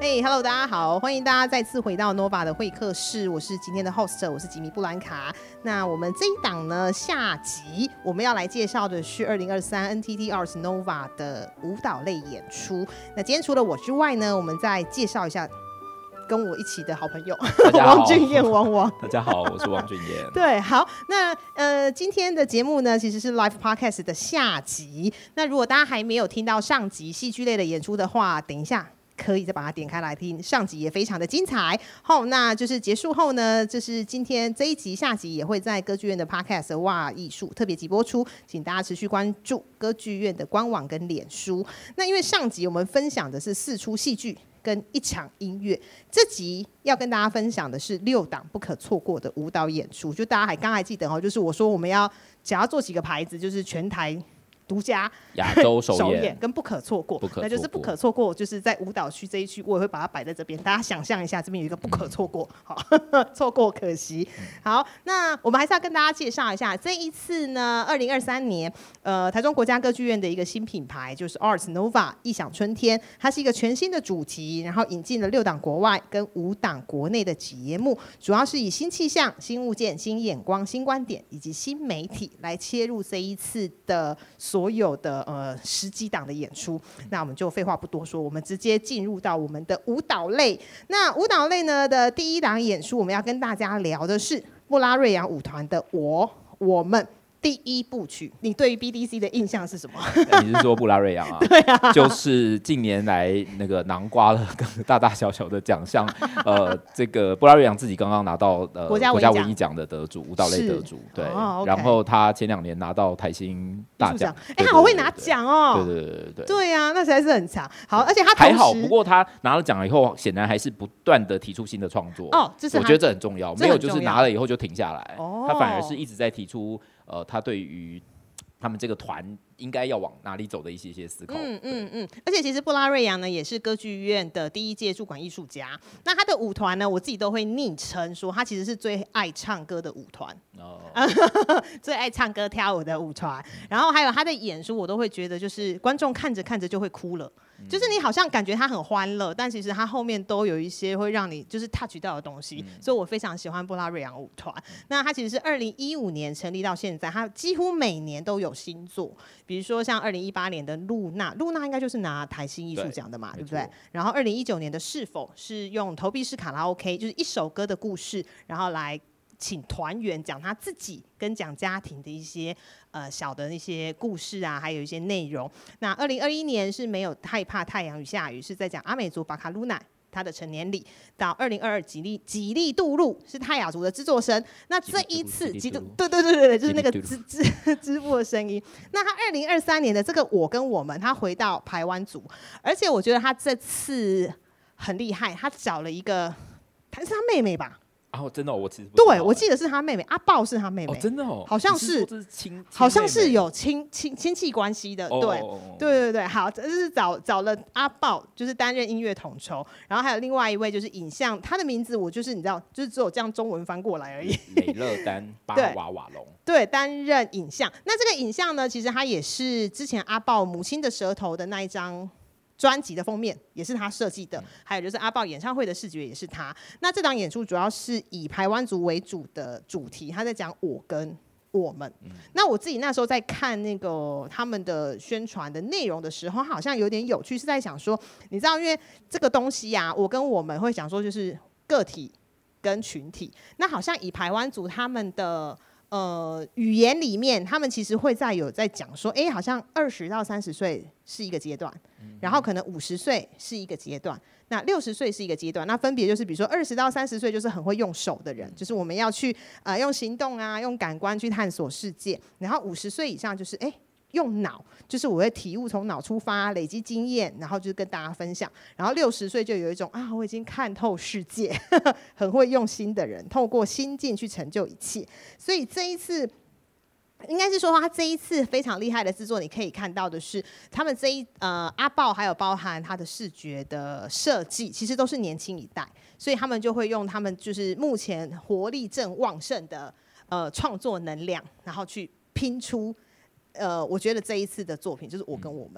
Hello， 大家好，欢迎大家再次回到 Nova 的会客室，我是今天的 host， 我是吉米布兰卡。那我们这一档呢，下集我们要来介绍的是2023 NTT Arts Nova 的舞蹈类演出。那今天除了我之外呢，我们再介绍一下跟我一起的好朋友王俊彦王。 大家好，我是王俊彦。 对，好，那今天的节目呢，其实是 Live Podcast 的下集。那如果大家还没有听到上集戏剧类的演出的话，等一下可以再把它点开来听，上集也非常的精彩。好，那就是结束后呢，就是今天这一集，下集也会在歌剧院的 Podcast 哇艺术特别集播出，请大家持续关注歌剧院的官网跟脸书。那因为上集我们分享的是4出戏剧跟1场音乐，这集要跟大家分享的是6档不可错过的舞蹈演出。就大家刚还记得哦，就是我说我们要想要做几个牌子，就是全台独家亚洲首演跟不可错过，那就是不可错过，就是在舞蹈区这一区，我也会把它摆在这边。大家想象一下，这边有一个不可错过，好，错过可惜。好，那我们还是要跟大家介绍一下，这一次呢，2023年，台中国家歌剧院的一个新品牌就是 Arts Nova 异想春天，它是一个全新的主题，然后引进了6档国外跟5档国内的节目，主要是以新气象、新物件、新眼光、新观点以及新媒体来切入这一次的所有的10几档的演出。那我们就废话不多说，我们直接进入到我们的舞蹈类。那舞蹈类呢的第1档演出，我们要跟大家聊的是布拉瑞扬舞团的我们第1部曲。你对于 BDC 的印象是什么？ 你是说布拉瑞扬啊？ 对啊， 就是近年来那个囊括了大大小小的奖项。这个布拉瑞扬自己刚刚拿到国家文艺奖的得主，舞蹈类得主。对， 哦 okay， 然后他前2年拿到台新大奖。 好会拿奖哦。 对对啊，那实在是很强。好，而且他还好，不过他拿了奖了以后，显然还是不断的提出新的创作。 哦，这是我觉得这很重要，没有就是拿了以后就停下来。他反而是一直在提出他对于他们这个团应该要往哪里走的一些思考。 而且其实布拉瑞扬呢也是歌剧院的第1届驻馆艺术家。那他的舞团呢，我自己都会昵称说，他其实是最爱唱歌的舞团。最爱唱歌跳舞的舞团。然后还有他的演出，我都会觉得就是观众看着看着就会哭了。就是你好像感觉他很欢乐，但其实他后面都有一些会让你就是 touch 到的东西。所以我非常喜欢布拉瑞扬舞团。那他其实是2015年成立到现在，他几乎每年都有新作，比如说像2018年的露娜应该就是拿台新艺术奖的嘛，对不对？然后2019年的是否是用投币式卡拉 OK， 就是1首歌的故事，然后来请团员讲他自己跟讲家庭的一些小的那些故事啊，还有一些内容。那2021年是没有害怕太阳与下雨，是在讲阿美族巴卡鲁奈他的成年礼。到2022吉利杜路是泰雅族的制作生。那这一次对，就是那个织布的声音。那他2023年的这个我跟我们，他回到排湾族，而且我觉得他这次很厉害，他找了一个，是他妹妹吧？ 真的我其实不知道。 对，我记得是他妹妹，阿豹是他妹妹。 真的哦， 好像是，好像是有亲戚关系的。对，好，这是找了阿豹，就是担任音乐统筹，然后还有另外一位就是影像，他的名字我就是你知道，就是只有这样中文翻过来而已。 美乐丹巴瓦瓦隆。 对，担任影像。那这个影像呢，其实他也是之前阿豹母亲的舌头的那一张专辑的封面也是他设计的，还有就是阿豹演唱会的视觉也是他。那这档演出主要是以排湾族为主的主题，他在讲我跟我们。那我自己那时候在看那个他们的宣传的内容的时候，好像有点有趣，是在想说，你知道，因为这个东西啊，我跟我们会讲说就是个体跟群体。那好像以排湾族他们的语言里面，他们其实会在讲说，好像20到30岁是一个阶段，然后可能50岁是一个阶段，那60岁是一个阶段。那分别就是比如说20到30岁就是很会用手的人，就是我们要去用行动啊，用感官去探索世界。然后50岁以上就是用脑，就是我会体悟，从脑出发，累积经验，然后就是跟大家分享。然后60岁就有一种我已经看透世界，很会用心的人，透过心境去成就一切。所以这一次应该是说他这一次非常厉害的制作，你可以看到的是他们阿豹还有包含他的视觉的设计，其实都是年轻一代，所以他们就会用他们就是目前活力正旺盛的创作能量，然后去拼出我觉得这一次的作品就是我跟我们。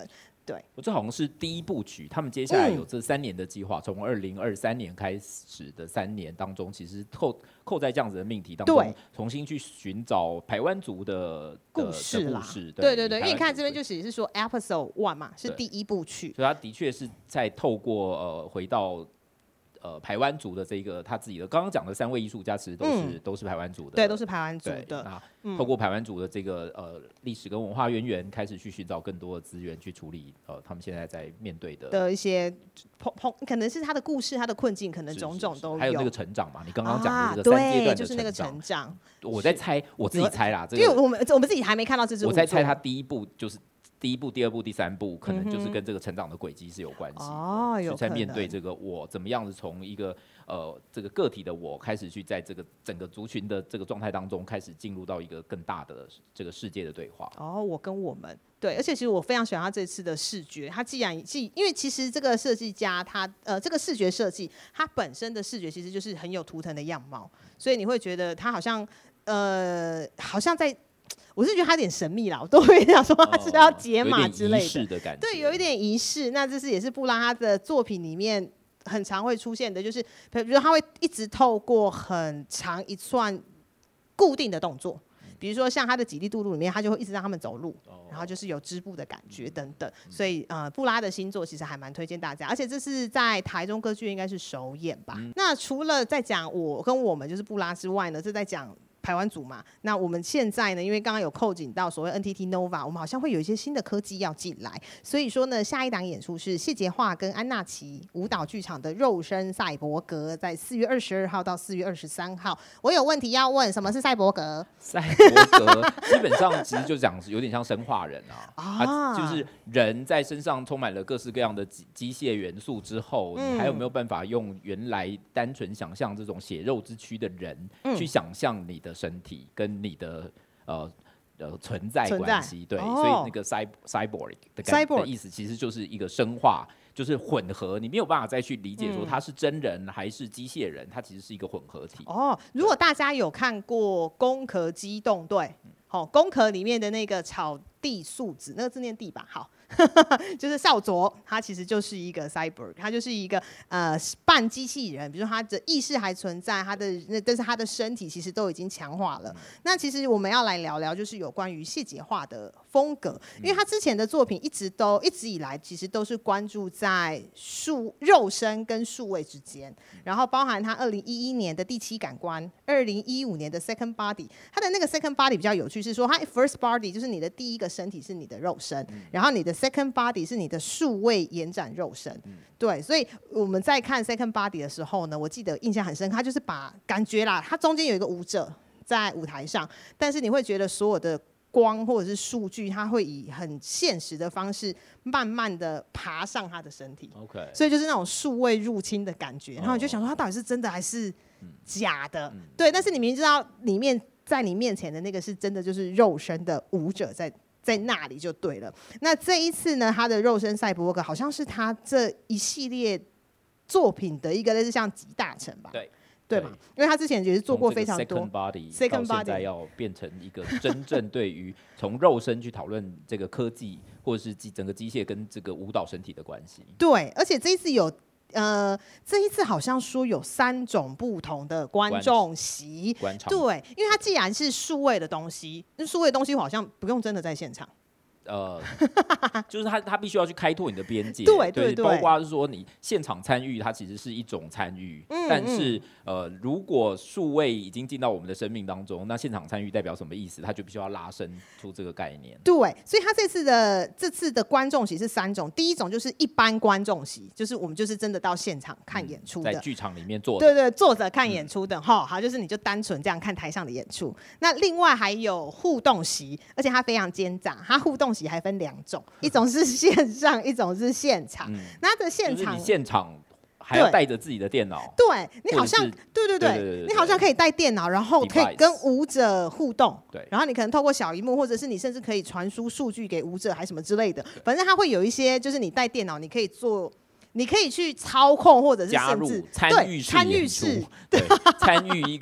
对， 我这好像是第一部曲，他们接下来有这3年的计划，从2023年开始的3年当中，其实扣在这样子的命题当中，重新去寻找排湾族的故事啦。 对， 因为你看这边就只是说 Episode 1嘛，是第1部曲， 所以他的确是在透过回到。排湾族的这个他自己的刚刚讲的3位艺术家，其实都是排湾族的， 对，都是排湾族的。 透过排湾族的这个历史跟文化渊源，开始去寻找更多的资源去处理他们现在在面对的一些可能是他的故事、他的困境，可能种种都有。 还有那个成长嘛，你刚刚讲的这个3阶段的就是那个成长。 我在猜，我自己猜啦， 因为我们自己还没看到这支， 我在猜他第一部就是。第1部、第2部、第3部，可能就是跟这个成长的轨迹是有关系的， 有在面对这个我怎么样子从一个这个个体的我开始去在这个整个族群的这个状态当中，开始进入到一个更大的这个世界的对话。 我跟我们对，而且其实我非常喜欢他这次的视觉，他因为其实这个设计家他这个视觉设计，他本身的视觉其实就是很有图腾的样貌，所以你会觉得他好像在。我是觉得他有点神秘啦，我都会想说他是要解码之类的，对，有一点仪式。那这是也是布拉他的作品里面很常会出现的，就是比如说他会一直透过很长一串固定的动作，比如说像他的几利杜路里面，他就会一直让他们走路，然后就是有织布的感觉等等。所以布拉的新作其实还蛮推荐大家，而且这是在台中歌剧院应该是首演吧。那除了在讲我跟我们就是布拉之外呢，这在讲排湾族嘛，那我们现在呢，因为刚刚有扣紧到所谓 NTT Nova， 我们好像会有一些新的科技要进来，所以说呢，下一档演出是谢杰桦跟安娜琪舞蹈剧场的肉身赛博格，在4月22号到4月23号。我有问题要问，什么是赛博格？赛博格基本上其实就讲有点像生化人啊，就是人在身上充满了各式各样的机械元素之后，你还有没有办法用原来单纯想象这种血肉之躯的人，去想象你的身体跟你的存在关系，对，所以那个 cyborg 的意思其实就是一个生化，就是混合，你没有办法再去理解说它是真人还是机械人，它其实是一个混合体。 如果大家有看过《攻壳机动队》，攻壳里面的那个草地素子，那个字念地吧，好。就是少佐，他其实就是一个 cyborg， 他就是一个半机器人，比如说他的意识还存在，但是他的身体其实都已经强化了。那其实我们要来聊聊，就是有关于谢杰桦的风格，因为他之前的作品一直以来其实都是关注在肉身跟数位之间，然后包含他2011年的第7感官，2015年的 Second Body， 他的那个 Second Body 比较有趣，是说他 First Body 就是你的第一个身体是你的肉身，然后你的Second Body 是你的数位延展肉身，对，所以我们在看 Second Body 的时候呢，我记得印象很深刻，他就是把感觉啦，他中间有一个舞者在舞台上，但是你会觉得所有的光或者是数据，它会以很现实的方式慢慢的爬上他的身体， okay， 所以就是那种数位入侵的感觉，然后你就想说他到底是真的还是假的，对，但是你明明知道里面在你面前的那个是真的就是肉身的舞者在那里就对了。那这一次呢，他的肉身赛博格好像是他这一系列作品的一个类似像集大成吧？对嘛？因为他之前也是做过非常多 Second Body， 到现在要变成一个真正对于从肉身去讨论这个科技或者是整个机械跟这个舞蹈身体的关系。 对，而且这一次好像说有3种不同的观众席，对，因为它既然是数位的东西，那数位的东西我好像不用真的在现场。 就是他必须要去开拓你的边界， 对， 包括是说你现场参与，它其实是一种参与，但是如果数位已经进到我们的生命当中，那现场参与代表什么意思？他就必须要拉伸出这个概念。 对，所以他这次的观众席是3种，第一种就是一般观众席，就是我们就是真的到现场看演出的， 在剧场里面坐的， 对，坐着看演出的好，就是你就单纯这样看台上的演出。那另外还有互动席，而且它非常奸诈，它互动席还分2种，一种是线上，一种是现场。那的现场， 就是你现场还要带着自己的电脑， 对，你好像对，你好像可以带电脑，然后可以跟舞者互动， 对， 然后你可能透过小萤幕，或者是你甚至可以传输数据给舞者，还什么之类的。反正它会有一些，就是你带电脑，你可以去操控，或者是加入参与式，对，参与一个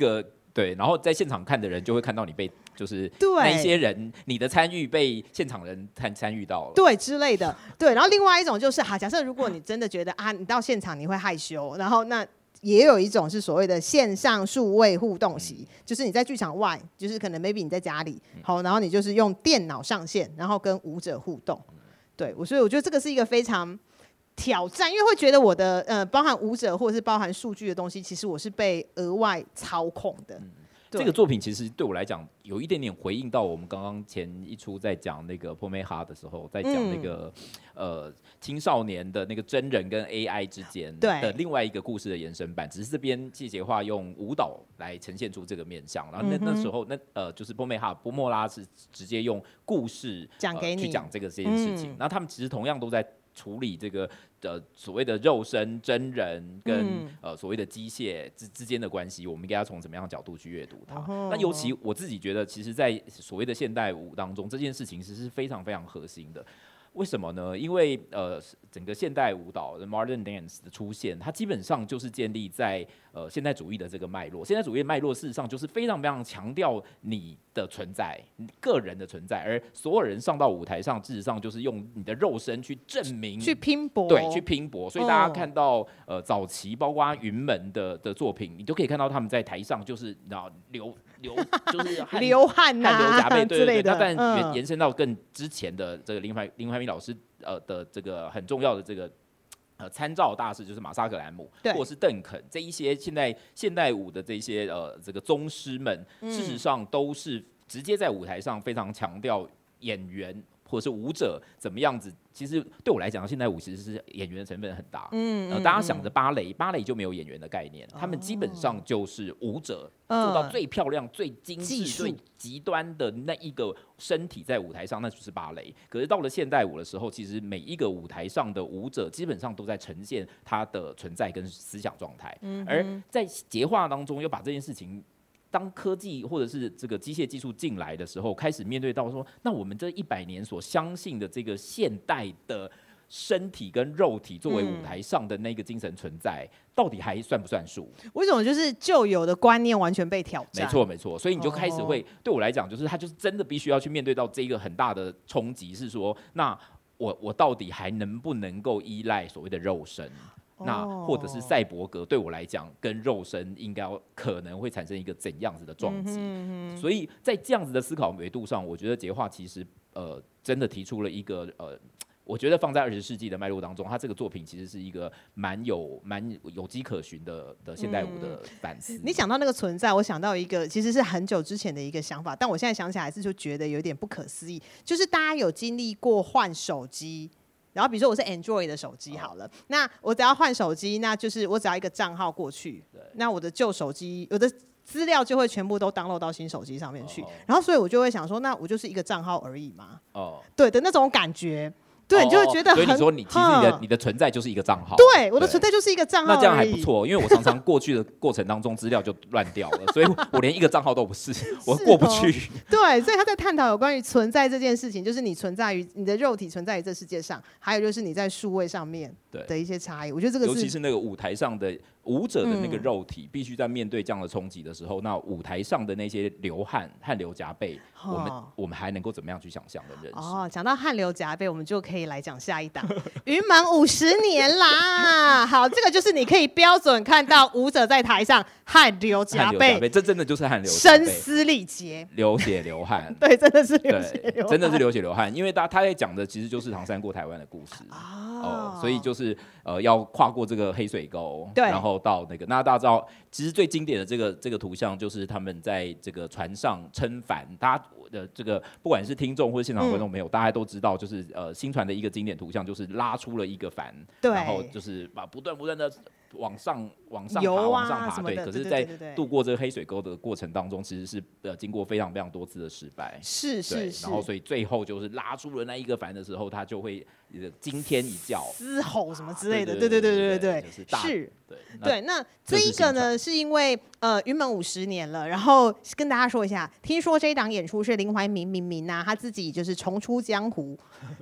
对，然后在现场看的人就会看到你被，就是对那一些人，你的参与被现场人参与到了， 对之类的。对，然后另外一种就是假设如果你真的觉得你到现场你会害羞，然后那也有一种是所谓的线上数位互动席，就是你在剧场外，就是可能 maybe 你在家里，好，然后你就是用电脑上线，然后跟舞者互动。对，所以我觉得这个是一个非常挑战，因为会觉得我的包含舞者或者是包含数据的东西，其实我是被额外操控的。 这个作品其实对我来讲有一点点回应到我们刚刚前一出在讲那个 Pomeha 的时候，在讲那个、青少年的那个真人跟 AI 之间的另外一个故事的延伸版，只是这边季节化用舞蹈来呈现出这个面向。然后那时候就是 Pomeha 波莫拉是直接用故事讲给你去讲这件事情。然后他们其实同样都在处理这个所谓的肉身真人跟所谓的机械之间的关系，我们应该要从怎么样的角度去阅读它。那尤其我自己觉得，其实，在所谓的现代舞当中，这件事情其实是非常非常核心的。为什么呢？因为整个现代舞蹈的 modern dance 的出现，它基本上就是建立在现代主义的这个脉络。现代主义的脉络事实上就是非常非常强调你的存在，你个人的存在，而所有人上到舞台上，事实上就是用你的肉身去证明、 去拼搏， 对，去拼搏。所以大家看到早期包括云门的作品，你都可以看到他们在台上就是就是流汗汗流浃背，对对对。 之类的。 那但延伸到更之前的这个林怀民老师的这个很重要的这个参照大师，就是马萨克兰姆或者是邓肯，这一些现代舞的这些这个宗师们，事实上都是直接在舞台上非常强调演员或者是舞者怎么样子。其实对我来讲，现代舞其实是演员的成分很大。大家想着芭蕾就没有演员的概念，他们基本上就是舞者，做到最漂亮、最精致、最极端的那一个身体在舞台上，那就是芭蕾。可是到了现代舞的时候，其实每一个舞台上的舞者基本上都在呈现他的存在跟思想状态，而在节化当中又把这件事情。当科技或者是这个机械技术进来的时候，开始面对到说，那我们这100年所相信的这个现代的身体跟肉体作为舞台上的那个精神存在，到底还算不算数？ 为什么就是旧有的观念完全被挑战？ 没错，所以你就开始会对我来讲，就是他就是真的必须要去面对到这个很大的冲击，是说，那我到底还能不能够依赖所谓的肉身？那或者是赛博格对我来讲，跟肉身应该可能会产生一个怎样子的撞击？所以在这样子的思考维度上，我觉得节化其实真的提出了一个我觉得放在20世纪的脉络当中，他这个作品其实是一个蛮有迹可循的现代舞的反思。 你想到那个存在，我想到一个其实是很久之前的一个想法，但我现在想起来是就觉得有点不可思议，就是大家有经历过换手机。然后比如说我是 Android 的手机好了，那我只要换手机，那就是我只要一个账号过去，那我的旧手机我的资料就会全部都 download 到新手机上面去，然后所以我就会想说，那我就是一个账号而已嘛，对的那种感觉。对，你就会觉得很。 所以你说你其实你的存在就是一个账号。 对，我的存在就是一个账号而已。 那这样还不错，因为我常常过去的过程当中资料就乱掉了，所以我连一个账号都不是，我过不去。 对，所以他在探讨有关于存在这件事情，就是你存在于你的肉体存在于这世界上，还有就是你在数位上面的一些差异。我觉得这个尤其是那个舞台上的舞者的那个肉体，必须在面对这样的冲击的时候，那舞台上的那些流汗汗流浃背，我们还能够怎么样去想象的认识？ 讲到汗流浃背，我们就可以来讲下一档云门50年啦。好，这个就是你可以标准看到舞者在台上汗流浃背， 这真的就是汗流浃背， 声嘶力竭， 流血流汗。 对，真的是流血流汗， 真的是流血流汗，因为他在讲的其实就是唐山过台湾的故事所以就是要跨过这个黑水沟，然后到那个，那大家知道，其实最经典的这个图像就是他们在这个船上撑帆，大家的这个不管是听众或者现场观众朋友，大家都知道，就是新传的一个经典图像，就是拉出了一个帆，然后就是把不断的往上游往上爬， 对。 可是，在渡过这个黑水沟的过程当中，其实是经过非常非常多次的失败， 是。 然后所以最后就是拉出了那一个帆的时候，他就会惊天一叫， 嘶吼什么之类的，对，是。对，那这一个呢，是因为云门50年了，然后跟大家说一下，听说这一档演出是林怀民他自己就是重出江湖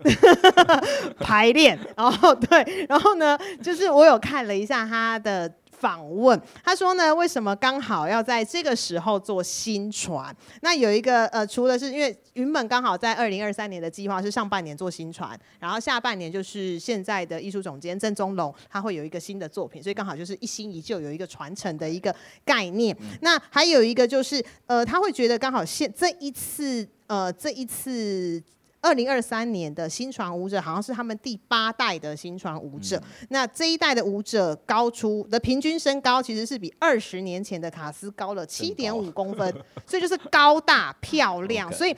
排练，然后呢，就是我有看了一下他的访问，他说呢，为什么刚好要在这个时候做新传？那有一个除了是因为云本刚好在2023年的计划是上半年做新传，然后下半年就是现在的艺术总监郑宗龙他会有一个新的作品，所以刚好就是一新一旧，有一个传承的一个概念。那还有一个就是他会觉得刚好这一次2023年的新传舞者好像是他们第8代的新传舞者，那这一代的舞者高出的平均身高其实是比20年前的卡斯高了7.5公分，所以就是高大漂亮，所以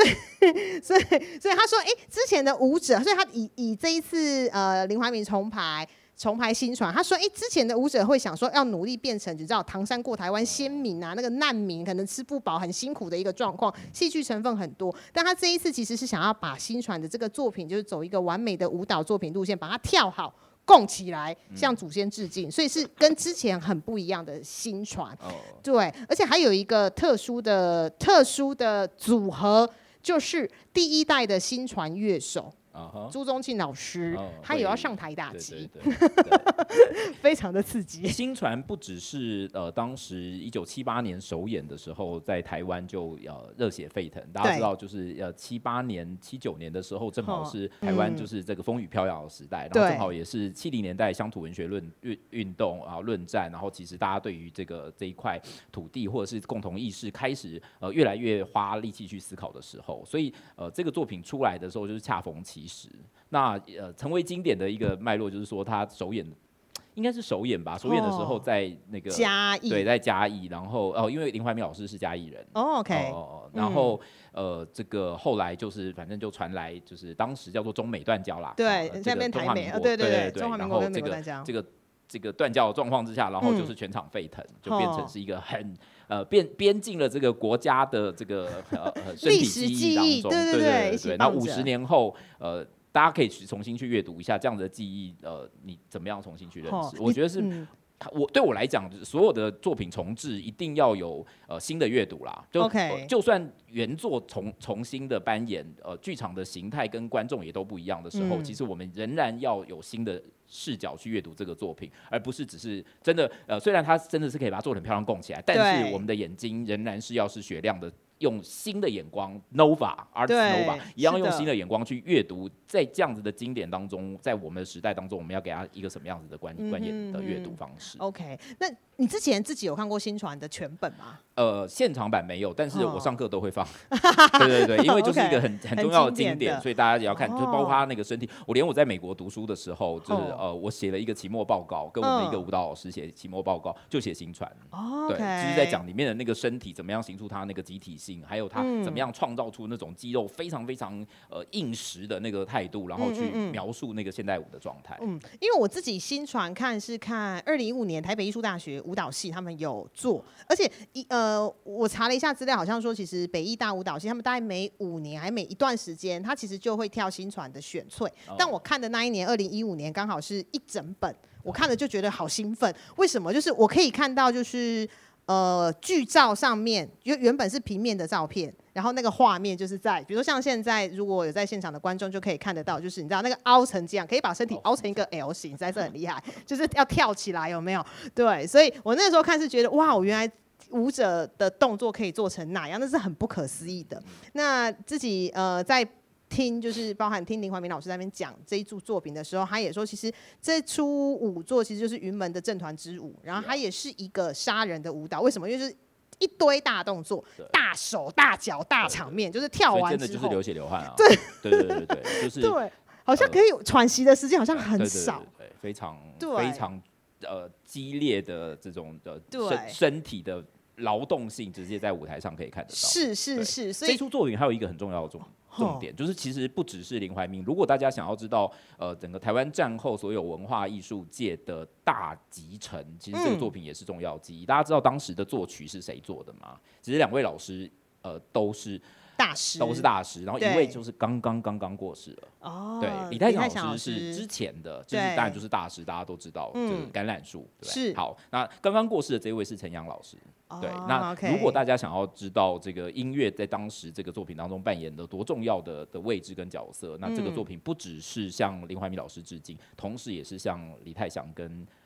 他说，之前的舞者，所以他以这一次林怀民重排新传，他说，之前的舞者会想说要努力变成，你知道唐山过台湾先民啊，那个难民可能吃不饱，很辛苦的一个状况，戏剧成分很多。但他这一次其实是想要把新传的这个作品，就是走一个完美的舞蹈作品路线，把它跳好。供起来，向祖先致敬，所以是跟之前很不一样的新传。对，而且还有一个特殊的组合，就是第1代的新传乐手。朱宗庆老师，他也要上台打击，非常的刺激。 新传不只是当时1978年首演的时候，在台湾就热血沸腾。大家知道，就是78年、79年的时候，正好是台湾就是这个风雨飘摇的时代，然后正好也是70年代乡土文学运动啊论战，然后其实大家对于这一块土地或者是共同意识开始越来越花力气去思考的时候，所以这个作品出来的时候就是恰逢其时。那成为经典的一个脉络就是说，他首演应该是首演吧，首演的时候在那个嘉义， 对，在嘉义，然后因为林怀民老师是嘉义人 ，OK， 然后这个后来就是反正就传来就是当时叫做中美断交啦， 对，在变台美，对，中华民国跟美国断交， 这个断交的状况之下，然后就是全场沸腾，就变成是一个很编进了这个国家的这个身体记忆当中，对。那50年后，大家可以重新去阅读一下这样的记忆，你怎么样重新去认识？我觉得是。对我来讲，所有的作品重置一定要有新的阅读啦。就算原作重新的扮演，剧场的形态跟观众也都不一样的时候，其实我们仍然要有新的视角去阅读这个作品，而不是只是真的虽然它真的是可以把它做得很漂亮供起来，但是我们的眼睛仍然是要是雪亮的。用新的眼光 Nova Arts Nova 一样用新的眼光去阅读，在这样子的经典当中，在我们的时代当中，我们要给他一个什么样子的观演的阅读方式 ？OK， 那你之前自己有看过新传的全本吗？ 现场版没有，但是我上课都会放。对，因为就是一个很重要的经典，所以大家也要看，就包括他那个身体。我在美国读书的时候，就是我写了一个期末报告，跟我们的一个舞蹈老师写期末报告，就写新传。对，就是在讲里面的那个身体怎么样形塑他那个集体性，还有他怎么样创造出那种肌肉非常非常硬实的那个态度，然后去描述那个现代舞的状态。 因为我自己新传是看2015年台北艺术大学舞蹈系他们有做，而且我查了一下资料，好像说其实北艺大舞蹈系他们大概每5年还每一段时间，他其实就会跳新传的选粹。但我看的那一年2015年刚好是一整本，我看了就觉得好兴奋。为什么？就是我可以看到就是剧照上面原本是平面的照片，然后那个画面就是在，比如说像现在如果有在现场的观众就可以看得到，就是你知道那个凹成这样，可以把身体凹成一个 L 型，实在是很厉害，就是要跳起来，有没有？对，所以我那时候看是觉得哇，我原来舞者的动作可以做成那样，那是很不可思议的。那自己在听，就是包含听林怀民老师在那边讲这一组作品的时候，他也说，其实这出舞作其实就是云门的正团之舞，然后它也是一个杀人的舞蹈。为什么？因为就是一堆大动作、大手、大脚、大场面，就是跳完之后， 真的就是流血流汗啊！ 对， 就是对，好像可以喘息的时间好像很少， 对，非常激烈的这种身体的劳动性，直接在舞台上可以看得到。 是，所以这出作品还有一个很重要的重点，就是其实不只是林怀民。如果大家想要知道整个台湾战后所有文化艺术界的大集成，其实这个作品也是重要记忆。大家知道当时的作曲是谁做的吗？其实2位老师都是大师，然后一位就是刚刚过世了。对，李泰祥老师是之前的，就是当然就是大师，大家都知道，就是橄榄树，对不对？是。好，那刚刚过世的这位是陈阳老师。对，那如果大家想要知道这个音乐在当时这个作品当中扮演的多重要的位置跟角色，那这个作品不只是向林怀民老师致敬，同时也是向李泰祥跟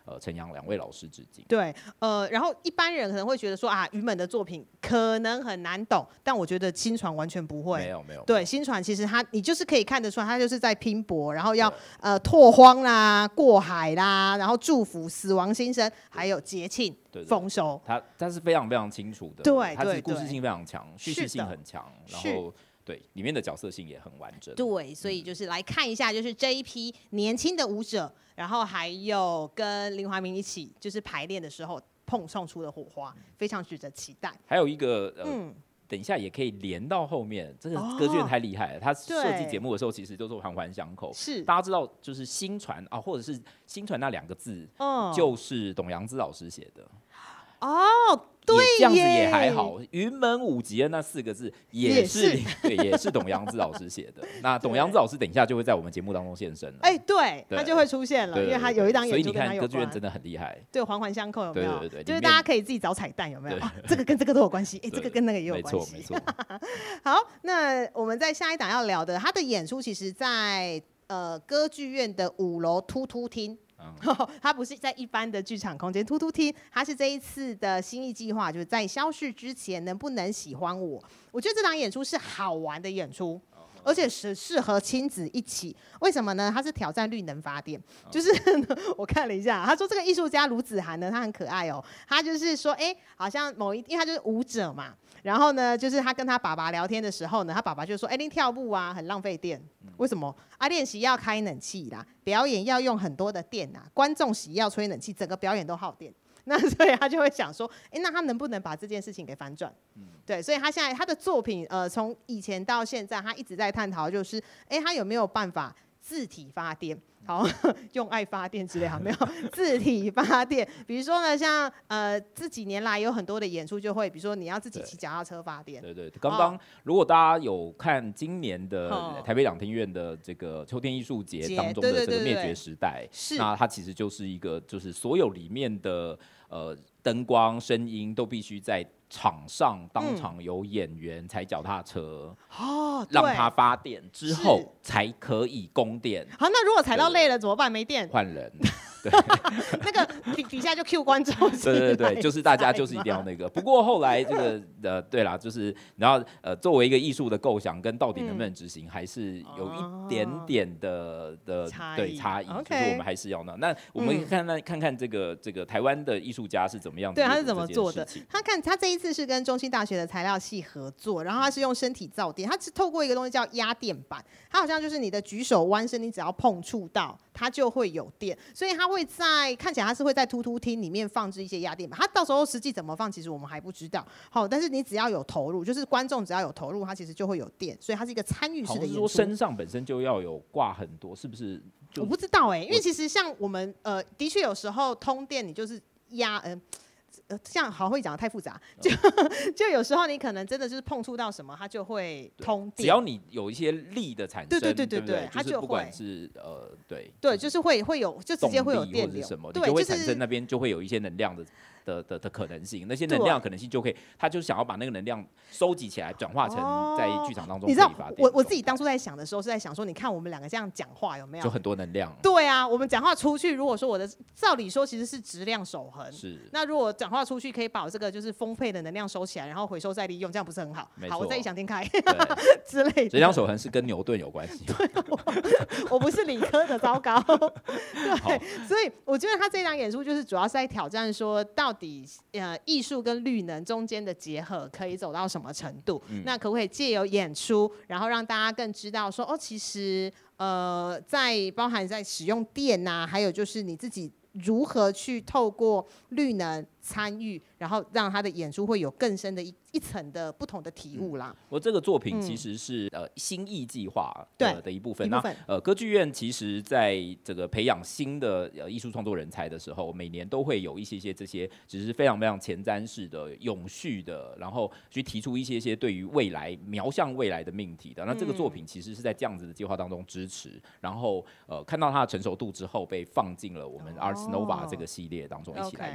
陈阳2位老师致敬。 对，然后一般人可能会觉得说啊，于门的作品可能很难懂，但我觉得薪传完全不会。 没有。 对，薪传其实你就是可以看得出来，他就是在拼搏，然后要拓荒啦、过海啦，然后祝福死亡新生，还有节庆丰收。 他是非常非常清楚的， 对， 他是故事性非常强，叙事性很强，然后。对，里面的角色性也很完整。 对，所以就是来看一下，就是这一批年轻的舞者，然后还有跟林怀民一起就是排练的时候碰撞出的火花，非常值得期待。 还有一个等一下也可以连到后面，这个歌剧院太厉害了。他设计节目的时候，其实都是环环相扣。 是， 大家知道，就是薪传啊，或者是薪传那2个字，就是董阳孜老师写的。 哦，对， 这样子也还好。云门舞集的那4个字也是对，也是董阳孜老师写的。那董阳孜老师等一下就会在我们节目当中现身了。 对，他就会出现了，因为他有一档演出跟他有关。 所以你看歌剧院真的很厉害， 对，环环相扣，有没有？ 对， 就是大家可以自己找彩蛋，有没有？这个跟这个都有关系，这个跟那个也有关系。 没错。 好，那我们在下一档要聊的，他的演出其实在歌剧院的5楼突突厅。它不是在一般的剧场空间突突厅，它是这一次的新艺计划，就是在消逝之前能不能喜欢我？我觉得这场演出是好玩的演出，而且是适合亲子一起。为什么呢？它是挑战绿能发电，就是我看了一下，他说这个艺术家卢子涵呢，他很可爱哦，他就是说，好像因为他就是舞者嘛。然后呢，就是他跟他爸爸聊天的时候呢，他爸爸就说：“你跳舞啊，很浪费电。为什么？练习要开冷气啦，表演要用很多的电啊，观众席要吹冷气，整个表演都耗电。那所以他就会想说，那他能不能把这件事情给反转？对，所以他现在他的作品，从以前到现在，他一直在探讨，就是他有没有办法自体发电？”好，用爱发电之类，好没有自体发电。比如说呢，像这几年来有很多的演出，就会比如说你要自己骑脚踏车发电。 对，刚刚如果大家有看今年的台北两厅院的这个秋天艺术节当中的这个灭绝时代，那它其实就是一个，就是所有里面的灯光、声音都必须在场上当场有演员踩脚踏车，让它发电之后才可以供电。 好，那如果踩到累了怎么办？没电换人。对， 那个底下就 Q 观众。 对，就是大家就是一定要那个。不过后来这个对啦，就是然后作为一个艺术的构想跟到底能不能执行，还是有一点点的差异，就是我们还是要那我们看看这个台湾的艺术家是怎么样， 对，他是怎么做的？他这一次是跟中兴大学的材料系合作，然后他是用身体造电，他是透过一个东西叫压电板，它好像就是你的举手弯身，你只要碰触到它就会有电，所以它会看起来它是会在突突厅里面放置一些压电板，它到时候实际怎么放，其实我们还不知道。好，但是你只要有投入，就是观众只要有投入，它其实就会有电，所以它是一个参与式的演出。 好像说身上本身就要有挂很多，是不是？ 我不知道因为其实像我们的确有时候通电，你就是压这样好会讲的太复杂，就有时候你可能真的就是碰触到什么，它就会通电。 只要你有一些力的产生， 对，它就不管是对，就是会有，就直接会有电流， 什么，你就会产生那边就会有一些能量的可能性，那些能量可能性就可以，他就想要把那个能量收集起来，转化成在剧场当中可以发电。 我自己当初在想的时候是在想说，你看我们两个这样讲话有没有就很多能量？ 对啊，我们讲话出去，如果说我的照理说其实是质量守恒， 是。 那如果讲话出去可以把我这个就是丰沛的能量收起来，然后回收再利用，这样不是很好？好，我再异想天开之类的。 质量守恒是跟牛顿有关系。 对，我不是理科的，糟糕。对，所以我觉得他这场演出就是主要是在挑战说，到底艺术跟绿能中间的结合可以走到什么程度？那可不可以借由演出，然后让大家更知道说，其实在包含在使用电啊，还有就是你自己如何去透过绿能参与，然后让他的演出会有更深的一层的不同的体悟啦。 我这个作品其实是新艺计划的一部分。那歌剧院其实在这个培养新的艺术创作人才的时候，每年都会有一些这些只是非常非常前瞻式的、永续的，然后去提出一些对于未来瞄向未来的命题的。那这个作品其实是在这样子的计划当中支持，然后看到它的成熟度之后，被放进了我们 Ars Nova 这个系列当中一起来阅读。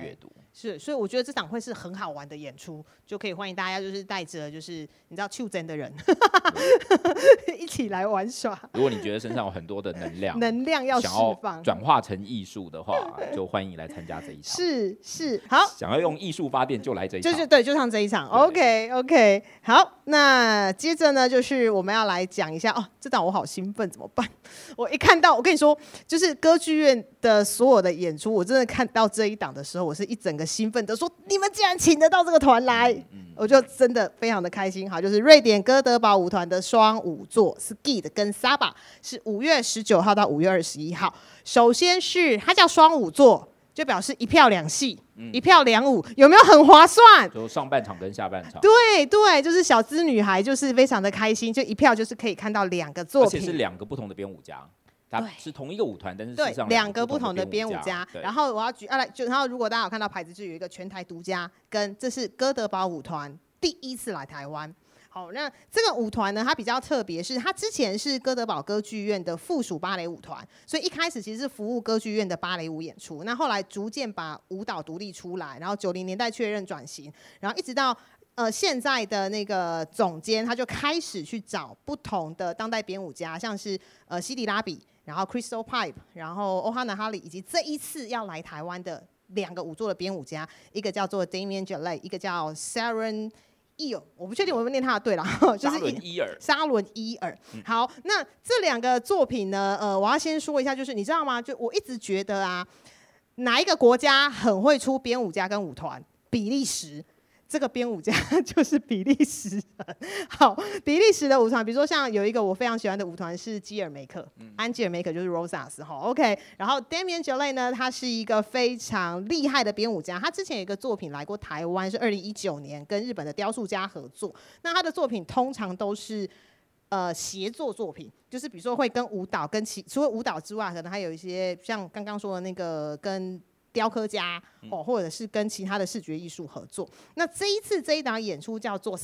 是，所以我觉得这场会是很好玩的演出，就可以欢迎大家就是带着就是你知道袖珍的人一起来玩耍。 如果你觉得身上有很多的能量要释放， 转化成艺术的话，就欢迎来参加这一场。 是，好， 想要用艺术发电就来这一场， 就唱这一场。OK， 好，那接着呢，就是我们要来讲一下哦，这档我好兴奋，怎么办？我一看到，我跟你说，就是歌剧院的所有的演出，我真的看到这一档的时候，我是一整个兴奋的说，你们竟然请得到这个团来，我就真的非常的开心。好，就是瑞典哥德堡舞团的双舞作 Skid 跟 Saba 是5月19号到5月21号。首先是它叫双舞作，就表示一票两戏，一票两舞，有没有很划算？ 就上半场跟下半场。 对，就是小资女孩就是非常的开心，就一票就是可以看到2个作品， 而且是2个不同的编舞家。它是同一个舞团，但是事实上 2个不同的编舞家。然后我要然后如果大家有看到牌子，就有一个全台独家，跟这是哥德堡舞团第一次来台湾。好，那这个舞团呢，它比较特别，是它之前是哥德堡歌剧院的附属芭蕾舞团，所以一开始其实是服务歌剧院的芭蕾舞演出。那后来逐渐把舞蹈独立出来，然后90年代确认转型，然后一直到现在的那个总监，他就开始去找不同的当代编舞家，像是西迪拉比，然后 Crystal Pipe， 然后欧哈娜哈里，以及这一次要来台湾的2个舞作的编舞家，一个叫做 Damien Jallet， 一个叫 Sharon。我不确定我有没有念他的对啦，就是沙伦伊尔。好，那这2个作品呢，我要先说一下，就是你知道吗？就我一直觉得啊，哪一个国家很会出编舞家跟舞团？比利时。这个编舞家就是比利时人。好，比利时的舞团，比如说像有一个我非常喜欢的舞团是基尔梅克，安吉尔梅克就是 Rosas 哈 ，OK。然后 Damien Jallet 呢，他是一个非常厉害的编舞家，他之前有一个作品来过台湾，是2019年跟日本的雕塑家合作。那他的作品通常都是协作作品，就是比如说会跟舞蹈除了舞蹈之外，可能还有一些像刚刚说的那个跟雕刻家或者是跟其他的视觉艺术合作。那这一次这一档演出叫做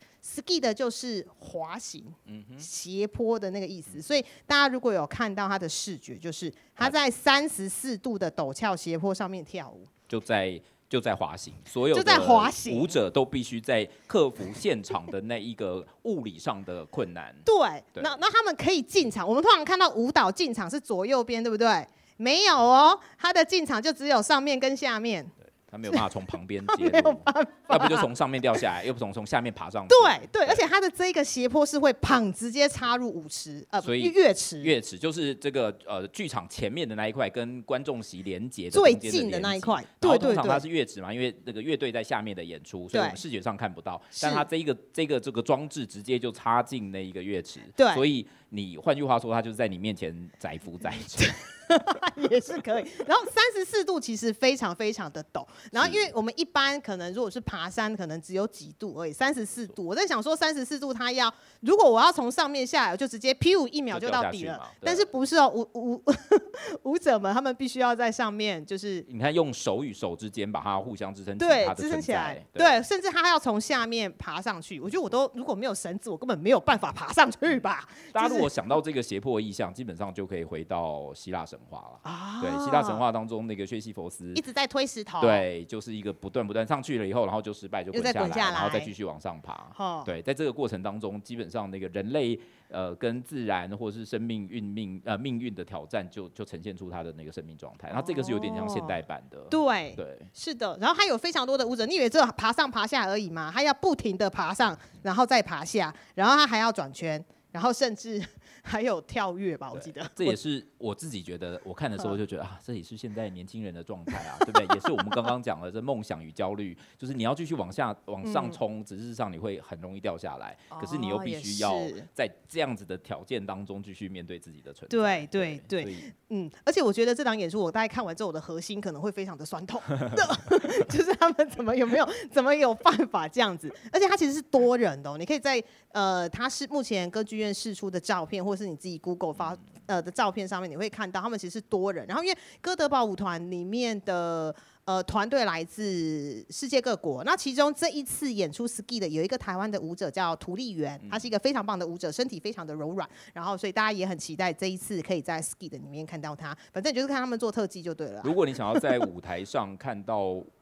Skid 就是滑行、斜坡的那个意思。所以大家如果有看到他的视觉，就是他在34度的陡峭斜坡上面跳舞，就在滑行，所有的舞者都必须在克服现场的那一个物理上的困难。 对，那他们可以进场。我们通常看到舞蹈进场是左右边，对不对？没有哦，他的进场就只有上面跟下面。 他没有办法从旁边接入，要不就从上面掉下来，又不从下面爬上去。 对，而且他的这个斜坡是会砰直接插入舞池，所以乐池就是这个剧场前面的那一块跟观众席连接的最近的那一块。对， 通常它是乐池嘛，因为那个乐队在下面的演出，所以我们视觉上看不到。但它这个装置直接就插进那一个乐池，所以你换句话说，它就是在你面前载浮载沉。 也是可以。然后34度其实非常非常的陡，然后因为我们一般可能如果是爬山，可能只有几度而已，34度。我在想说34度，它如果我要从上面下来，我就直接1秒就到底了。但是不是哦，舞者们他们必须要在上面，就是你看用手与手之间把它互相支撑起来， 对，支撑起来，对，甚至他要从下面爬上去。我觉得如果没有绳子，我根本没有办法爬上去吧。 大家如果想到这个胁迫意象，基本上就可以回到希腊神话了。对，希腊神话当中那个薛西弗斯一直在推石头， 对，就是一个不断上去了以后，然后就失败，就滚下来，然后再继续往上爬。对，在这个过程当中，基本上那个人类跟自然或者是生命命运的挑战就呈现出他的那个生命状态。然后这个是有点像现代版的， 对，是的。然后还有非常多的舞者，你以为只有爬上爬下而已吗？他要不停的爬上，然后再爬下，然后他还要转圈，然后甚至还有跳跃吧，我记得。 这也是我自己觉得，我看的时候就觉得这也是现在年轻人的状态啊，对不对？也是我们刚刚讲的这梦想与焦虑，就是你要继续往上冲，只是上你会很容易掉下来，可是你又必须要在这样子的条件当中继续面对自己的存在。 对，而且我觉得这档演出我大概看完之后，我的核心可能会非常的酸痛，就是他们怎么有办法这样子？而且它其实是多人的，你可以在它是目前歌剧院释出的照片，或是你自己 Google 的照片上面，你会看到他们其实是多人。然后因为哥德堡舞团里面的团队来自世界各国，那其中这一次演出 Ski 的有一个台湾的舞者叫涂丽媛，他是一个非常棒的舞者，身体非常的柔软，然后所以大家也很期待这一次可以在 Ski 的里面看到他。反正就是看他们做特技就对了。 如果你想要在舞台上看到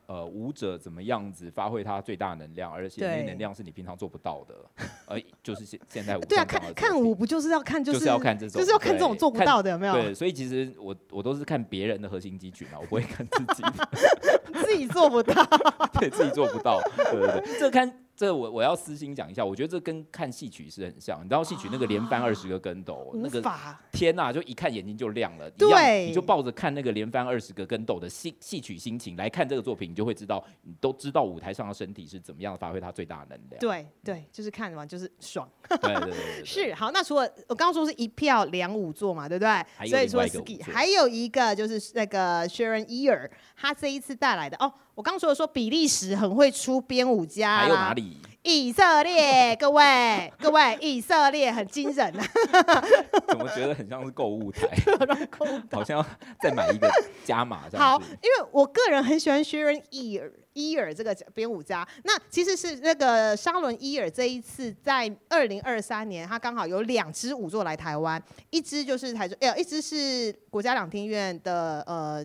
舞者怎么样子发挥他最大能量，而且那能量是你平常做不到的，就是现在舞对啊，看舞不就是要看就是要看这种， 就是要看这种做不到的，有没有？ 对，所以其实我都是看别人的核心肌群啊，我不会看自己的， 自己做不到， 对自己做不到，对，这我要私心讲一下，我觉得这跟看戏曲是很像。你知道戏曲那个连翻20个跟斗，那个天哪，就一看眼睛就亮了。对，你就抱着看那个连翻20个跟斗的戏曲心情来看这个作品，你就会知道，你都知道舞台上的身体是怎么样发挥它最大的能量。 对，就是看完就是爽。 对， 是好。那除了我刚刚说是1票2舞作嘛，对不对？所以除了 Ski， 还有一个就是那个 Sharon Ear， 他这一次带来的哦。我刚说比利时很会出编舞家啦， 还有哪里？ 以色列，各位，以色列很惊人啊！ 怎么觉得很像是购物台？好像再买一个加码这样。 好，因为我个人很喜欢 Sharon Ear 这个编舞家。那其实是那个沙伦伊尔这一次在2023年，他刚好有2支舞作来台湾，一支就是一支是国家两厅院的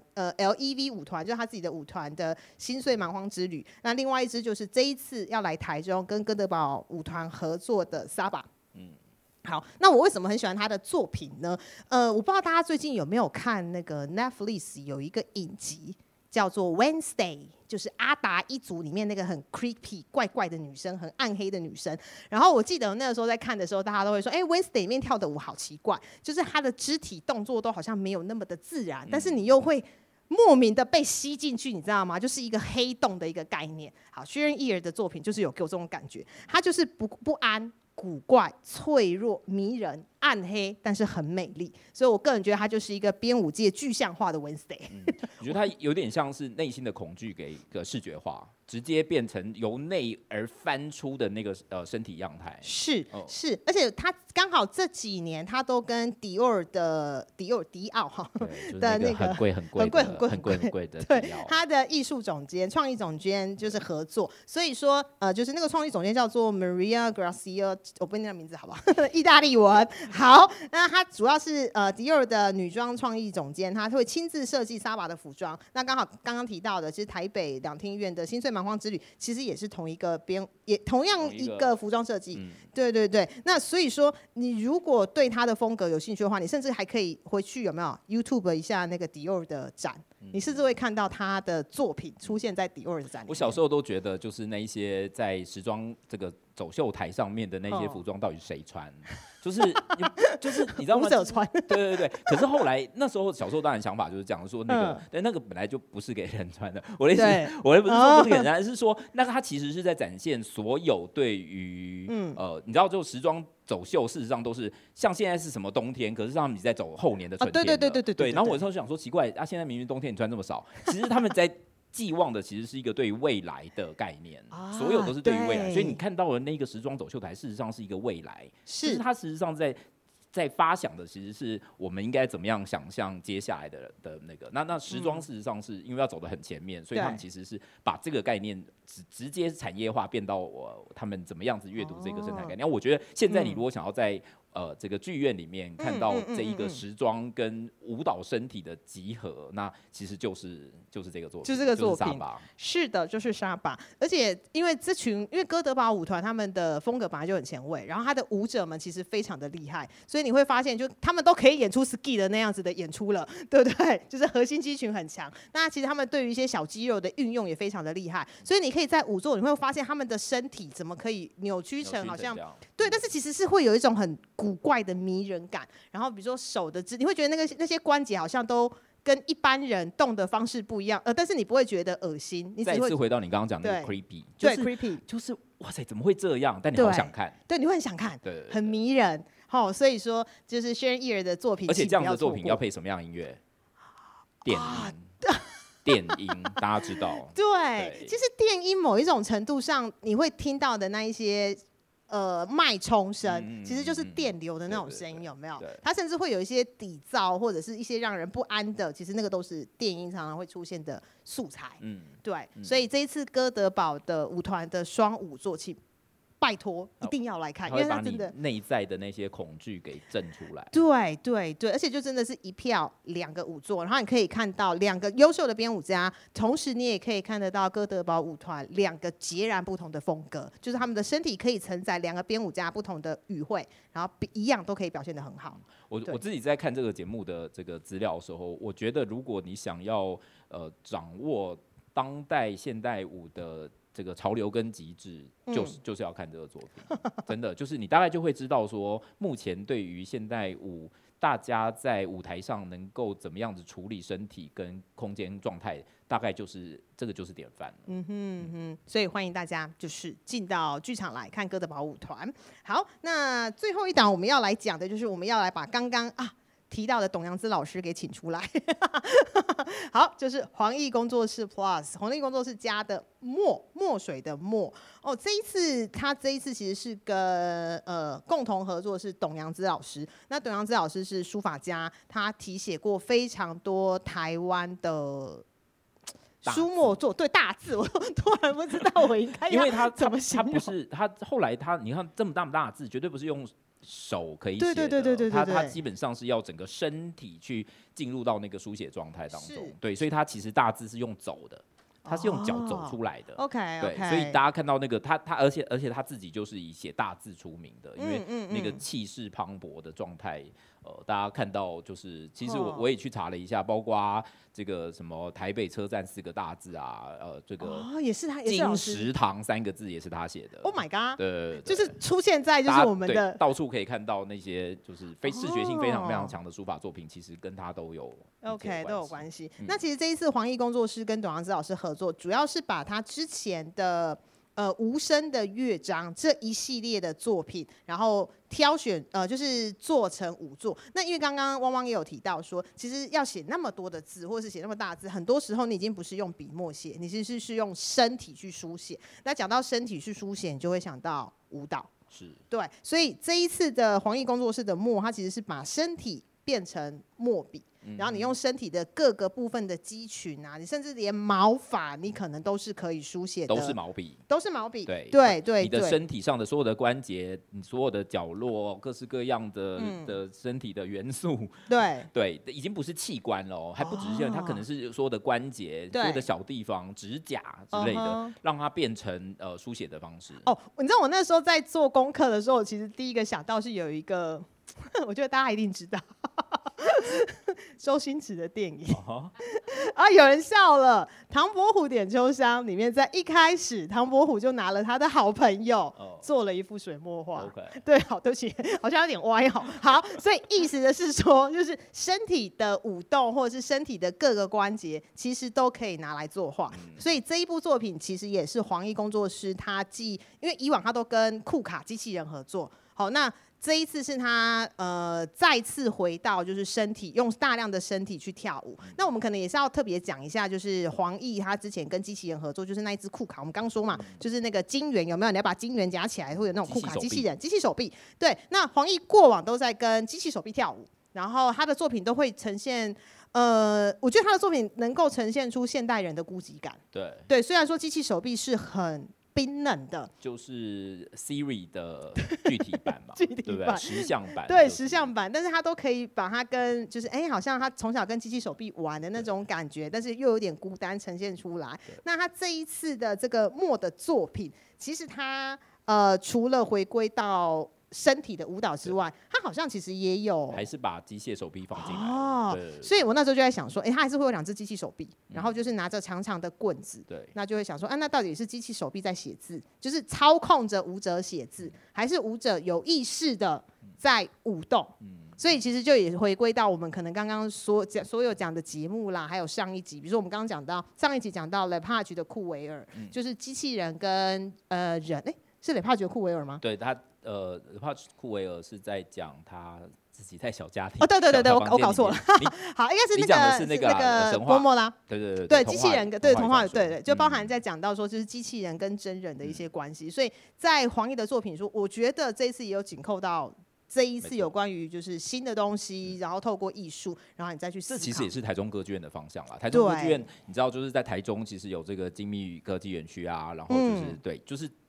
LEV 舞团，就是他自己的舞团的心碎蛮荒之旅。那另外一支就是这一次要来台中跟哥德堡舞团合作的 Saba。好，那我为什么很喜欢他的作品呢？我不知道大家最近有没有看那个 Netflix 有一个影集叫做 Wednesday， 就是阿达一族里面那个很 creepy 怪怪的女生，很暗黑的女生。然后我记得那个时候在看的时候，大家都会说，Wednesday 里面跳的舞好奇怪，就是她的肢体动作都好像没有那么的自然，但是你又会莫名的被吸进去，你知道吗？就是一个黑洞的一个概念。好，Sharon Ear 的作品就是有给我这种感觉，她就是不安、古怪、脆弱、迷人、暗黑，但是很美丽。所以我个人觉得她就是一个编舞界具象化的 Wednesday。 我觉得它有点像是内心的恐惧给一个视觉化，直接变成由内而翻出的那个身体样态。 是，而且他刚好这几年他都跟迪奥的迪奥哈的那个很贵的对他的艺术总监、创意总监就是合作，所以说就是那个创意总监叫做 Maria Grazia， 我不念那名字好不好？意大利文。好，那他主要是迪奥的女装创意总监，他会亲自设计Saba的服装。那刚好刚刚提到的，其实台北两厅院的心碎蛮荒之旅，其实也是同样一个服装设计。对。那所以说，你如果对他的风格有兴趣的话，你甚至还可以回去有没有 YouTube 一下那个迪奥的展，你甚至会看到他的作品出现在迪奥的展里面。 我小时候都觉得，就是那一些在时装这个走秀台上面的那些服装，到底是谁穿？就是你知道吗？ 舞者穿。 对。可是后来那时候小时候当然想法就是讲说那个本来就不是给人穿的。我的意思，我也不是说不是给人穿，是说那个它其实是在展现所有对于你知道就时装走秀，事实上都是像现在是什么冬天，可是他们在走后年的春天。对。然后我那时候想说奇怪现在明明冬天你穿这么少，其实他们在寄望的其实是一个对于未来的概念，所有都是对于未来，所以你看到的那个时装走秀台，事实上是一个未来，就是它实际上在发想的其实是我们应该怎么样想象接下来的那个。那时装事实上是因为要走得很前面，所以他们其实是把这个概念直接产业化，变到他们怎么样子阅读这个生态概念。我觉得现在你如果想要在这个剧院里面看到这一个时装跟舞蹈身体的集合，那其实就是这个作品， 就是这个作品， 是的，就是沙巴。而且因为哥德堡舞团他们的风格本来就很前卫，然后他的舞者们其实非常的厉害，所以你会发现，就他们都可以演出 ski 的那样子的演出了，对不对？就是核心肌群很强。那其实他们对于一些小肌肉的运用也非常的厉害，所以你可以在舞作你会发现他们的身体怎么可以扭曲成好像对，但是其实是会有一种很古怪的迷人感。然后比如说手的你会觉得那些关节好像都跟一般人动的方式不一样，但是你不会觉得恶心，你只会再次回到你刚刚讲的 creepy， 对 creepy， 就是哇塞怎么会这样？但你好想看， 对，你会很想看，对，很迷人。所以说就是 Sharon Ear 的作品， 而且这样的作品要配什么样的音乐？电音，大家知道。 对，其实电音某一种程度上，你会听到的那一些脉冲声，其实就是电流的那种声音，有没有？它甚至会有一些底噪，或者是一些让人不安的，其实那个都是电音常常会出现的素材。对，所以这一次哥德堡的舞团的双舞作品拜托一定要来看，因为它真的内在的那些恐惧给震出来。 对对对，而且就真的是一票2个舞作，然后你可以看到2个优秀的编舞家，同时你也可以看得到哥德堡舞团2个截然不同的风格，就是他们的身体可以承载2个编舞家不同的语汇，然后一样都可以表现得很好。 我自己在看这个节目的这个资料的时候，我觉得如果你想要掌握当代现代舞的这个潮流跟极致，就是要看这个作品，真的就是你大概就会知道说，目前对于现代舞，大家在舞台上能够怎么样子处理身体跟空间状态，大概就是这个就是典范了。 所以欢迎大家就是进到剧场来看哥德堡舞团。好，那最后一档我们要来讲的就是我们要来把刚刚提到的董阳孜老师给请出来。好，就是黄奕工作室 Plus 黄奕工作室加的墨水的墨哦。他这一次其实是跟共同合作是董阳孜老师。那董阳孜老师是书法家，他题写过非常多台湾的书墨作，对大字，我突然不知道我应该要怎么形容。 他不是他后来你看这么大的字，绝对不是用手可以写的， 对， 他基本上是要整个身体去进入到那个书写状态当中，对，所以他其实大字是用走的，他是用脚走出来的。 OK， 对，所以大家看到那个他，而且他自己就是以写大字出名的，因为那个气势磅礴的状态，大家看到就是，其实我也去查了一下，包括这个什么台北车站4个大字啊，这个也是他， 金石堂3个字也是他写的。 Oh my god！ 对， 就是出现在就是我们的到处可以看到那些就是视觉性非常非常强的书法作品，其实跟他都有 OK 都有关系。那其实这一次黄奕工作室跟董阳孜老师合作，主要是把他之前的无声的乐章这一系列的作品，然后挑选就是做成舞作。那因为刚刚汪汪也有提到说，其实要写那么多的字，或者是写那么大的字，很多时候你已经不是用笔墨写，你其实是用身体去书写。那讲到身体去书写，你就会想到舞蹈， 是对。所以这一次的黄奕工作室的墨，它其实是把身体变成墨笔。然后你用身体的各个部分的肌群啊，你甚至连毛发，你可能都是可以书写的， 都是毛笔， 对， 你的身体上的所有的关节，你所有的角落，各式各样的身体的元素，对，已经不是器官了，还不只是它可能是所有的关节，所有的小地方，指甲之类的，让它变成书写的方式。 你知道我那时候在做功课的时候，我其实第一个想到是有一个，我觉得大家一定知道。周星驰的电影有人笑了。唐伯虎点秋香里面，在一开始，唐伯虎就拿了他的好朋友做了一幅水墨画。对，好，对不起，好像有点歪好，所以意思的是说，就是身体的舞动或者是身体的各个关节，其实都可以拿来作画。所以这一部作品其实也是黄奕工作室他因为以往他都跟库卡机器人合作，好，那这一次是他再次回到就是身体，用大量的身体去跳舞。那我们可能也是要特别讲一下，就是黄奕他之前跟机器人合作，就是那一只库卡，我们刚说嘛，就是那个金元有没有？你要把金元夹起来，会有那种库卡机器人、机器手臂。对，那黄奕过往都在跟机器手臂跳舞，然后他的作品都会呈现。我觉得他的作品能够呈现出现代人的孤寂感。对，虽然说机器手臂是很冰冷的， 就是 Siri 的具体版嘛， 具体版对不对？实像版， 对，实像版，但是他都可以把它跟就是好像他从小跟机器手臂玩的那种感觉，但是又有点孤单呈现出来。那他这一次的这个墨的作品，其实他除了回归到身体的舞蹈之外，他好像其实也有， 还是把机械手臂放进来。 所以我那时候就在想说，他还是会有2只机器手臂，然后就是拿着长长的棍子，那就会想说，那到底是机器手臂在写字，就是操控着舞者写字，还是舞者有意识的在舞动？所以其实就也回归到我们可能刚刚所有讲的节目啦，还有上一集，比如说我们刚刚讲到上一集讲到 Lepage 的库维尔，就是机器人跟人，是 Lepage 的库维尔吗？ 对，他Lepage 库维尔是在讲他自己在小家庭。 对，我搞错了。好，应该是那个波莫拉。对，机器人对童话，对，就包含在讲到说就是机器人跟真人的一些关系。所以在黄奕的作品说，我觉得这一次也有紧扣到。这一次有关于就是新的东西，然后透过艺术，然后你再去思考。 这其实也是台中歌剧院的方向啦。台中歌剧院，你知道就是在台中其实有这个精密科技园区啊，然后就是对，就是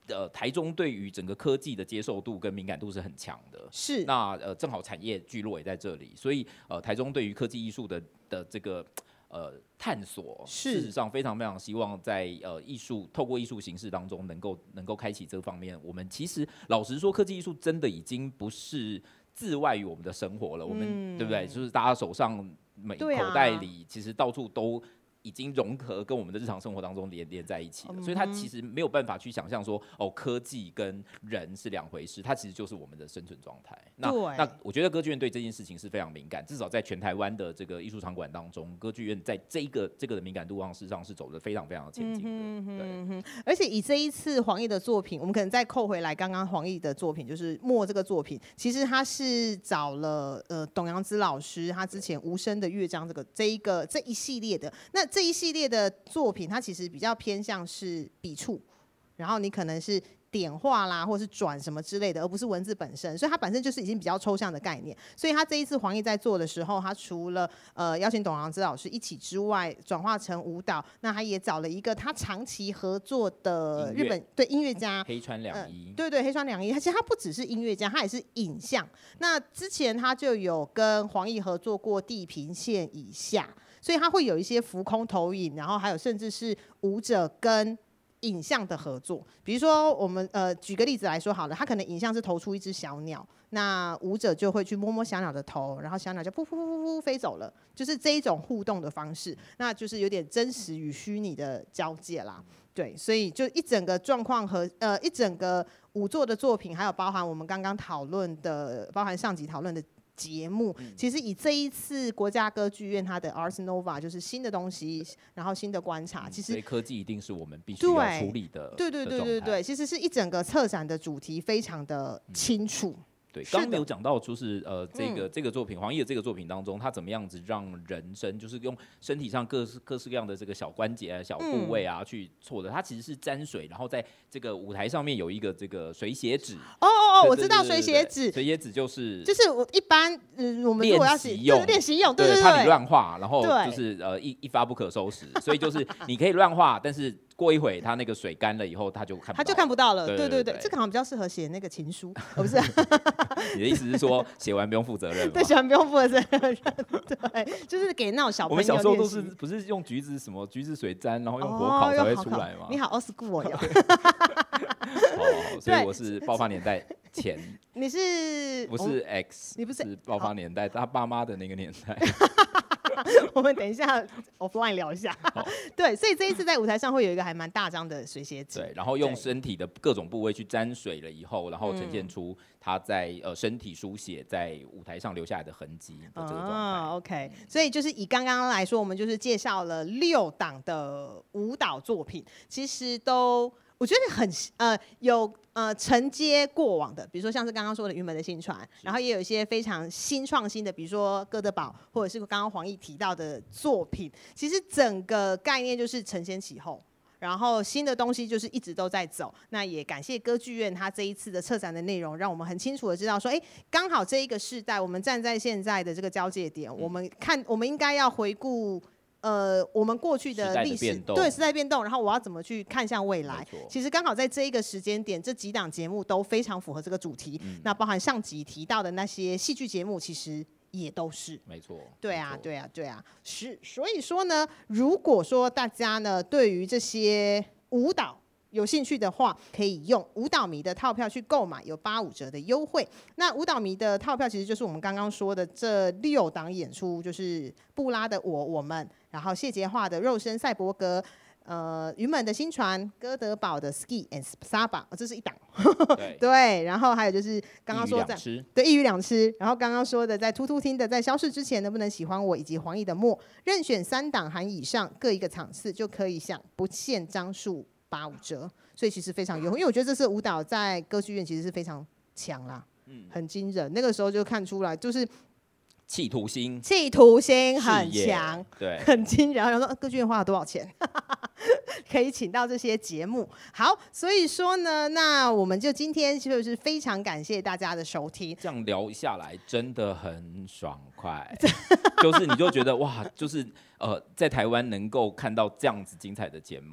台中对于整个科技的接受度跟敏感度是很强的， 是那正好产业聚落也在这里，所以台中对于科技艺术的这个探索，事实上非常非常希望在透过艺术形式当中能够开启这方面。我们其实老实说，科技艺术真的已经不是自外于我们的生活了，我们对不对？就是大家手上口袋里，其实到处都已经融合跟我们的日常生活当中连在一起了，所以它其实没有办法去想象说科技跟人是两回事，它其实就是我们的生存状态。那我觉得歌剧院对这件事情是非常敏感，至少在全台湾的这个艺术场馆当中，歌剧院在这个的敏感度上，事实上是走得非常非常前进的。 而且以这一次黄奕的作品，我们可能再扣回来，刚刚黄奕的作品就是《墨》这个作品，其实他是找了董阳孜老师，他之前无声的乐章这一系列的那。这一系列的作品，它其实比较偏向是笔触，然后你可能是点画啦，或是转什么之类的，而不是文字本身，所以它本身就是已经比较抽象的概念。所以他这一次黄奕在做的时候，他除了邀请董阳孜老师一起之外，转化成舞蹈，那他也找了一个他长期合作的日本音乐家黑川良一， 对黑川良一，其实他不只是音乐家，他也是影像。那之前他就有跟黄奕合作过地平线以下。所以它会有一些浮空投影，然后还有甚至是舞者跟影像的合作。比如说我们举个例子来说好了，他可能影像是投出一只小鸟，那舞者就会去摸摸小鸟的头，然后小鸟就噗噗噗噗飞走了，就是这一种互动的方式，那就是有点真实与虚拟的交界啦。对，所以就一整个状况和一整个舞作的作品，还有包含我们刚刚讨论的，包含上集讨论的节目，其实以这一次国家歌剧院它的 Ars Nova 就是新的东西，然后新的观察，其实所以科技一定是我们必须要处理的。 对，其实是一整个策展的主题非常的清楚。 对，刚刚有讲到，就是这个作品，黄奕的这个作品当中，他怎么样子让人生，就是用身体上各式各样的这个小关节啊、小部位啊去做的。它其实是沾水，然后在这个舞台上面有一个这个水写纸。 我知道水写纸。 水写纸就是我一般我们如果要练习用，对， 怕你乱画，然后就是一发不可收拾，所以就是你可以乱画，但是过一会它那个水干了以后，它就看不到了。 对，这个好像比较适合写那个情书，不是？ 你的意思是说写完不用负责任吗？ 对，写完不用负责任，对，就是给那种小朋友。 我们小时候都是不是用橘子水沾，然后用火烤才会出来吗？ 你好 old school 哦。 好，所以我是爆发年代前。 你是？ 不是 X， 你不是爆发年代，他爸妈的那个年代。 我们等一下 offline 聊一下。对，所以这一次在舞台上会有一个还蛮大张的水写纸， 对，然后用身体的各种部位去沾水了以后，然后呈现出他在身体书写在舞台上留下来的痕迹的这个状态。 OK， 所以就是以刚刚来说，我们就是介绍了6档的舞蹈作品，其实都我觉得很有承接过往的，比如说像是刚刚说的云门的新传，然后也有一些非常新创新的，比如说哥德堡，或者是刚刚黄奕提到的作品。其实整个概念就是承先启后，然后新的东西就是一直都在走。那也感谢歌剧院它这一次的策展的内容，让我们很清楚的知道说，刚好这一个世代，我们站在现在的这个交界点，我们应该要回顾。我们过去的历史，对时代变动，然后我要怎么去看向未来？其实刚好在这一个时间点，这几档节目都非常符合这个主题。那包含上集提到的那些戏剧节目，其实也都是。 没错。 对啊，是。所以说呢，如果说大家呢对于这些舞蹈有兴趣的话，可以用舞蹈迷的套票去购买，有85折的优惠。那舞蹈迷的套票其实就是我们刚刚说的这6档演出，就是布拉的我们，然后谢杰化的肉身赛博格，云门的新传，哥德堡的 Ski and Saba， 这是一档。对，然后还有就是刚刚说一鱼两吃，然后刚刚说的在突突听的在消逝之前能不能喜欢我，以及黄奕的墨，任选3档含以上各一个场次就可以享不限张数85折，所以其实非常优惠。因为我觉得这次舞蹈在歌剧院其实是非常强啦，很惊人。那个时候就看出来，就是企图心很强， 对， 很惊人。然后说歌剧院花了多少钱，可以请到这些节目。好，所以说呢，那我们就今天就是非常感谢大家的收听。 这样聊下来真的很爽快，就是你就觉得哇，就是在台湾能够看到这样子精彩的节目。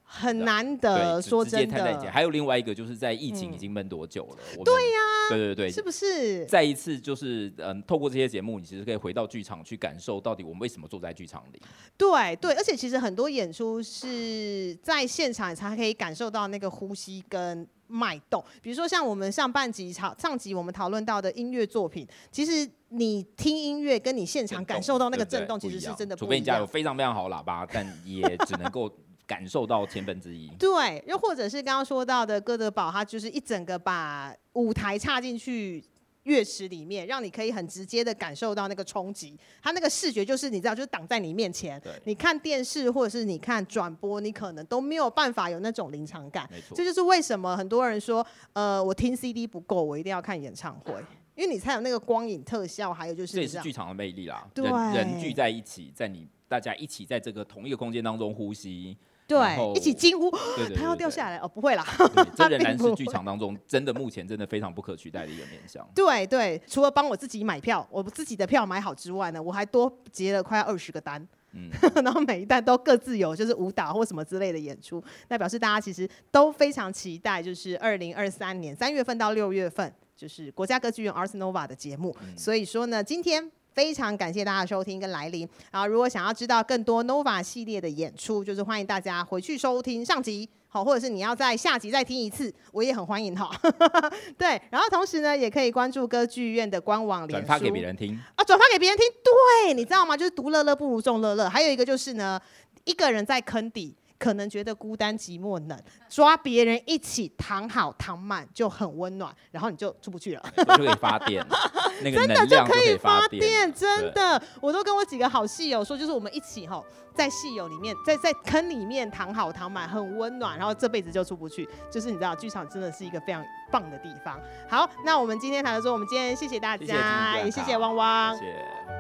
很难得，说真的。 还有另外一个就是在疫情已经闷多久了？ 对呀， 对， 是不是？ 再一次就是透过这些节目，你其实可以回到剧场去感受到底我们为什么坐在剧场里。 对，而且其实很多演出是在现场才可以感受到那个呼吸跟脉动，比如说像我们上集我们讨论到的音乐作品，其实你听音乐跟你现场感受到那个震动，其实是真的不一样。 除非你家有非常非常好的喇叭，但也只能够感受到1/1000。 对，又或者是刚刚说到的哥德堡，它就是一整个把舞台插进去乐池里面，让你可以很直接的感受到那个冲击。它那个视觉就是你知道，就是挡在你面前，你看电视或者是你看转播，你可能都没有办法有那种临场感。这就是为什么很多人说，我听 CD 不够，我一定要看演唱会，因为你才有那个光影特效，还有就是这也是剧场的魅力啦。 对， 人聚在一起，大家一起在这个同一个空间当中呼吸。 对，一起惊呼，他要掉下来哦，不会啦， 这仍然是剧场当中目前真的非常不可取代的一个面向。 对，除了帮我自己买票，我自己的票买好之外呢，我还多结了快20个单，然后每一单都各自有就是舞蹈或什么之类的演出，那表示大家其实都非常期待，就是2023年3月份到6月份，就是国家歌剧院 Ars Nova 的节目。所以说呢，今天非常感谢大家的收听跟来临。然后，如果想要知道更多 Nova 系列的演出，就是欢迎大家回去收听上集，好，或者是你要在下集再听一次，我也很欢迎哈。对，然后同时呢，也可以关注歌剧院的官网、脸书， 转发给别人听啊，转发给别人听。对，你知道吗？就是独乐乐不如众乐乐。还有一个就是呢，一个人在坑底，可能觉得孤单寂寞冷，抓别人一起躺好躺满就很温暖，然后你就出不去了， 就可以发电，那个能量就可以发电， 真的，我都跟我几个好戏友说，就是我们一起在戏友里面，在坑里面躺好躺满，很温暖，然后这辈子就出不去，就是你知道，剧场真的是一个非常棒的地方。好，那我们今天谈的时候，我们今天谢谢大家，也谢谢汪汪， 谢谢。